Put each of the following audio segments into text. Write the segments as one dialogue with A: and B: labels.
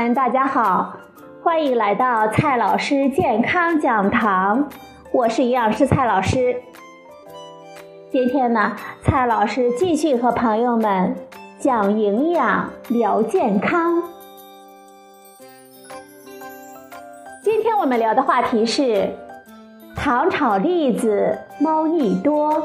A: 们，大家好，欢迎来到蔡老师健康讲堂，我是营养师蔡老师。今天呢，蔡老师继续和朋友们讲营养聊健康。今天我们聊的话题是糖炒栗子猫腻多。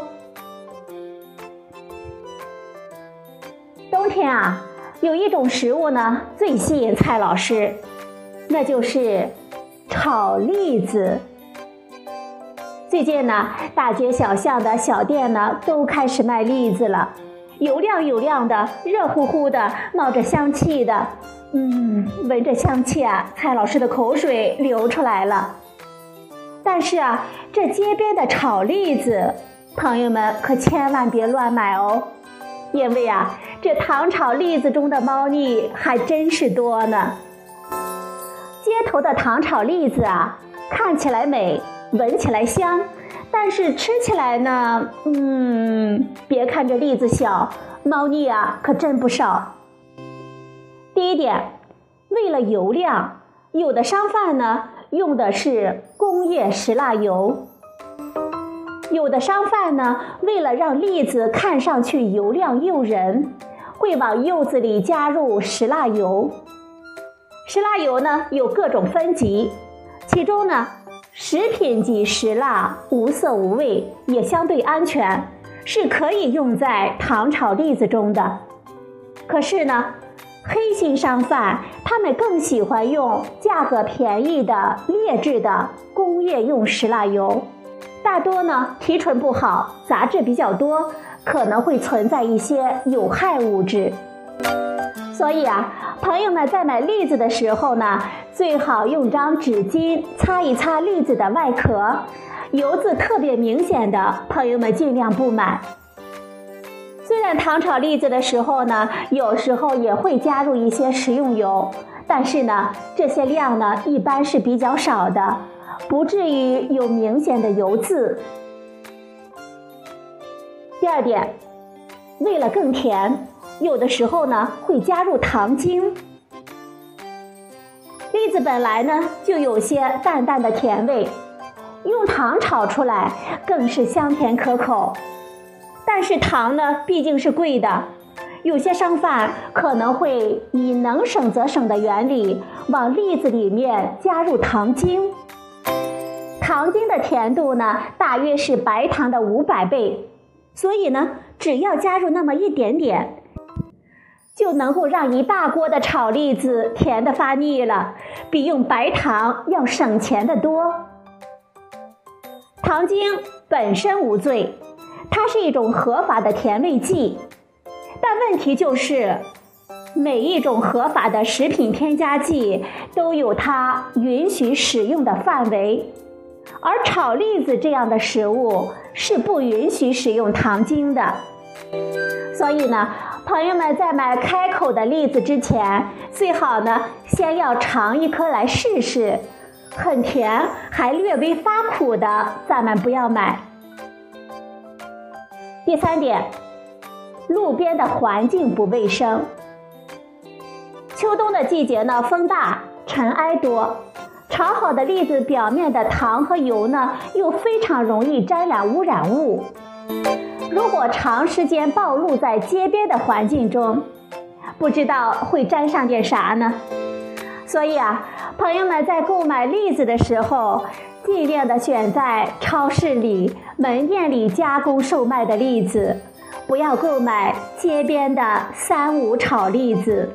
A: 冬天啊，有一种食物呢最吸引蔡老师，那就是炒栗子。最近呢，大街小巷的小店呢都开始卖栗子了，油亮的，热乎乎的，冒着香气的。闻着香气啊，蔡老师的口水流出来了。但是啊，这街边的炒栗子，朋友们可千万别乱买哦，因为啊，这糖炒栗子中的猫腻还真是多呢。街头的糖炒栗子啊，看起来美，闻起来香，但是吃起来呢，别看这栗子小，猫腻啊可真不少。第一点，为了油亮，有的商贩呢用的是工业石蜡油，有的商贩呢为了让栗子看上去油亮诱人，会往柚子里加入石蜡油。石蜡油呢有各种分级，其中呢食品级石蜡无色无味，也相对安全，是可以用在糖炒栗子中的。可是呢，黑心商贩他们更喜欢用价格便宜的劣质的工业用石蜡油，大多呢提纯不好，杂质比较多，可能会存在一些有害物质。所以啊，朋友们在买栗子的时候呢，最好用张纸巾擦一擦栗子的外壳，油渍特别明显的，朋友们尽量不买。虽然糖炒栗子的时候呢，有时候也会加入一些食用油，但是呢，这些量呢一般是比较少的，不至于有明显的油渍。第二点，为了更甜，有的时候呢会加入糖精。栗子本来呢就有些淡淡的甜味，用糖炒出来更是香甜可口。但是糖呢毕竟是贵的，有些商贩可能会以能省则省的原理往栗子里面加入糖精。糖精的甜度呢大约是白糖的500倍，所以呢只要加入那么一点点，就能够让一大锅的炒栗子甜得发腻了，比用白糖要省钱得多。糖精本身无罪，它是一种合法的甜味剂，但问题就是每一种合法的食品添加剂都有它允许使用的范围，而炒栗子这样的食物是不允许使用糖精的。所以呢，朋友们在买开口的栗子之前，最好呢先要尝一颗来试试，很甜还略微发苦的咱们不要买。第三点，路边的环境不卫生。秋冬的季节呢，风大，尘埃多，炒好的栗子表面的糖和油呢，又非常容易沾染污染物。如果长时间暴露在街边的环境中，不知道会沾上点啥呢？所以啊，朋友们在购买栗子的时候，尽量的选在超市里、门店里加工售卖的栗子，不要购买街边的3、5炒栗子。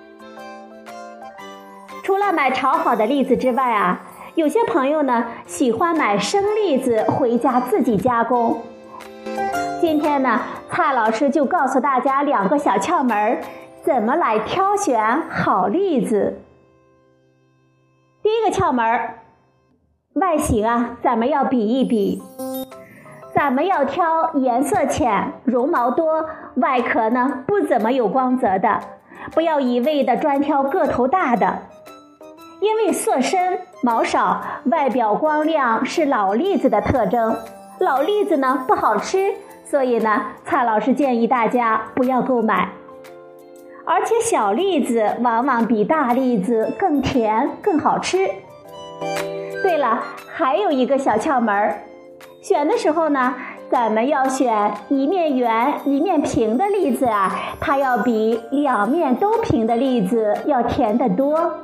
A: 除了买炒好的栗子之外啊，有些朋友呢喜欢买生栗子回家自己加工。今天呢，蔡老师就告诉大家2个小窍门，怎么来挑选好栗子。第一个窍门，外形啊，咱们要比一比，咱们要挑颜色浅、绒毛多、外壳呢不怎么有光泽的，不要一味的专挑个头大的。因为色深、毛少、外表光亮是老栗子的特征，老栗子呢不好吃，所以呢，蔡老师建议大家不要购买。 而且小栗子往往比大栗子更甜更好吃。对了，还有一个小窍门，选的时候呢，咱们要选一面圆一面平的栗子啊，它要比两面都平的栗子要甜得多。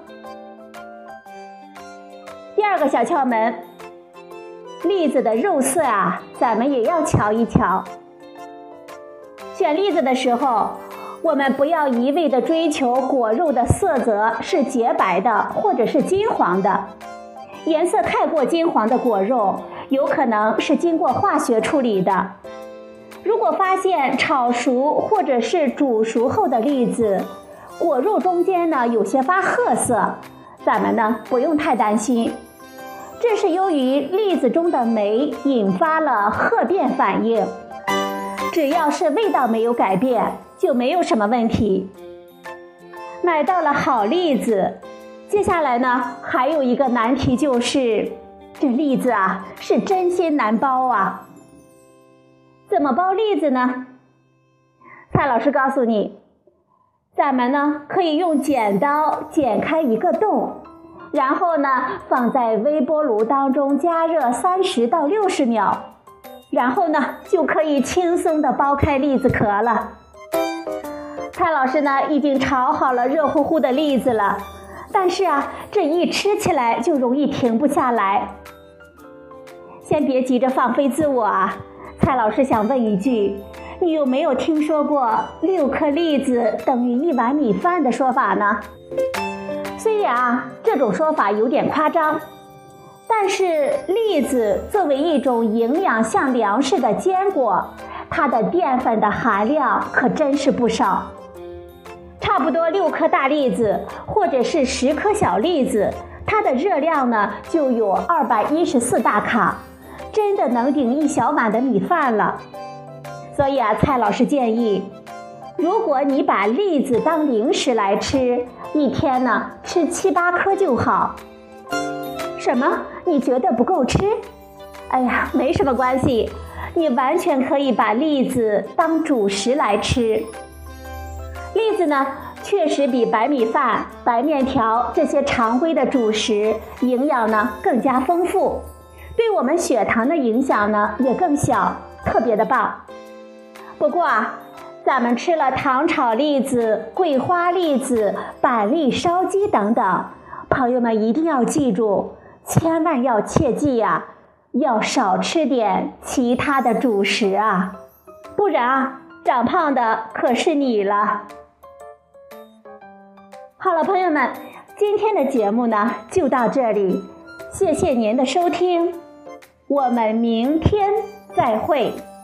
A: 第二个小窍门，栗子的肉色啊，咱们也要瞧一瞧。选栗子的时候，我们不要一味地追求果肉的色泽是洁白的或者是金黄的，颜色太过金黄的果肉有可能是经过化学处理的。如果发现炒熟或者是煮熟后的栗子果肉中间呢有些发褐色，咱们呢不用太担心，这是由于栗子中的酶引发了褐变反应，只要是味道没有改变就没有什么问题。买到了好栗子，接下来呢还有一个难题，就是这栗子啊是真心难剥啊。怎么剥栗子呢？蔡老师告诉你，咱们呢可以用剪刀剪开一个洞，然后呢放在微波炉当中加热30到60秒，然后呢就可以轻松地剥开栗子壳了。蔡老师呢已经炒好了热乎乎的栗子了，但是啊这一吃起来就容易停不下来。先别急着放飞自我啊，蔡老师想问一句，你有没有听说过6颗栗子等于1碗米饭的说法呢？虽然啊这种说法有点夸张，但是栗子作为一种营养像粮食的坚果，它的淀粉的含量可真是不少。差不多6颗大栗子或者是10颗小栗子，它的热量呢就有214大卡，真的能顶一小碗的米饭了。所以啊，蔡老师建议，如果你把栗子当零食来吃，一天呢吃7、8颗就好。什么？你觉得不够吃？哎呀，没什么关系，你完全可以把栗子当主食来吃。栗子呢确实比白米饭、白面条这些常规的主食营养呢更加丰富，对我们血糖的影响呢也更小，特别的棒。不过啊，咱们吃了糖炒栗子、桂花栗子、板栗烧鸡等等，朋友们一定要记住，千万要切记啊，要少吃点其他的主食啊，不然啊长胖的可是你了。好了，朋友们，今天的节目呢就到这里，谢谢您的收听，我们明天再会。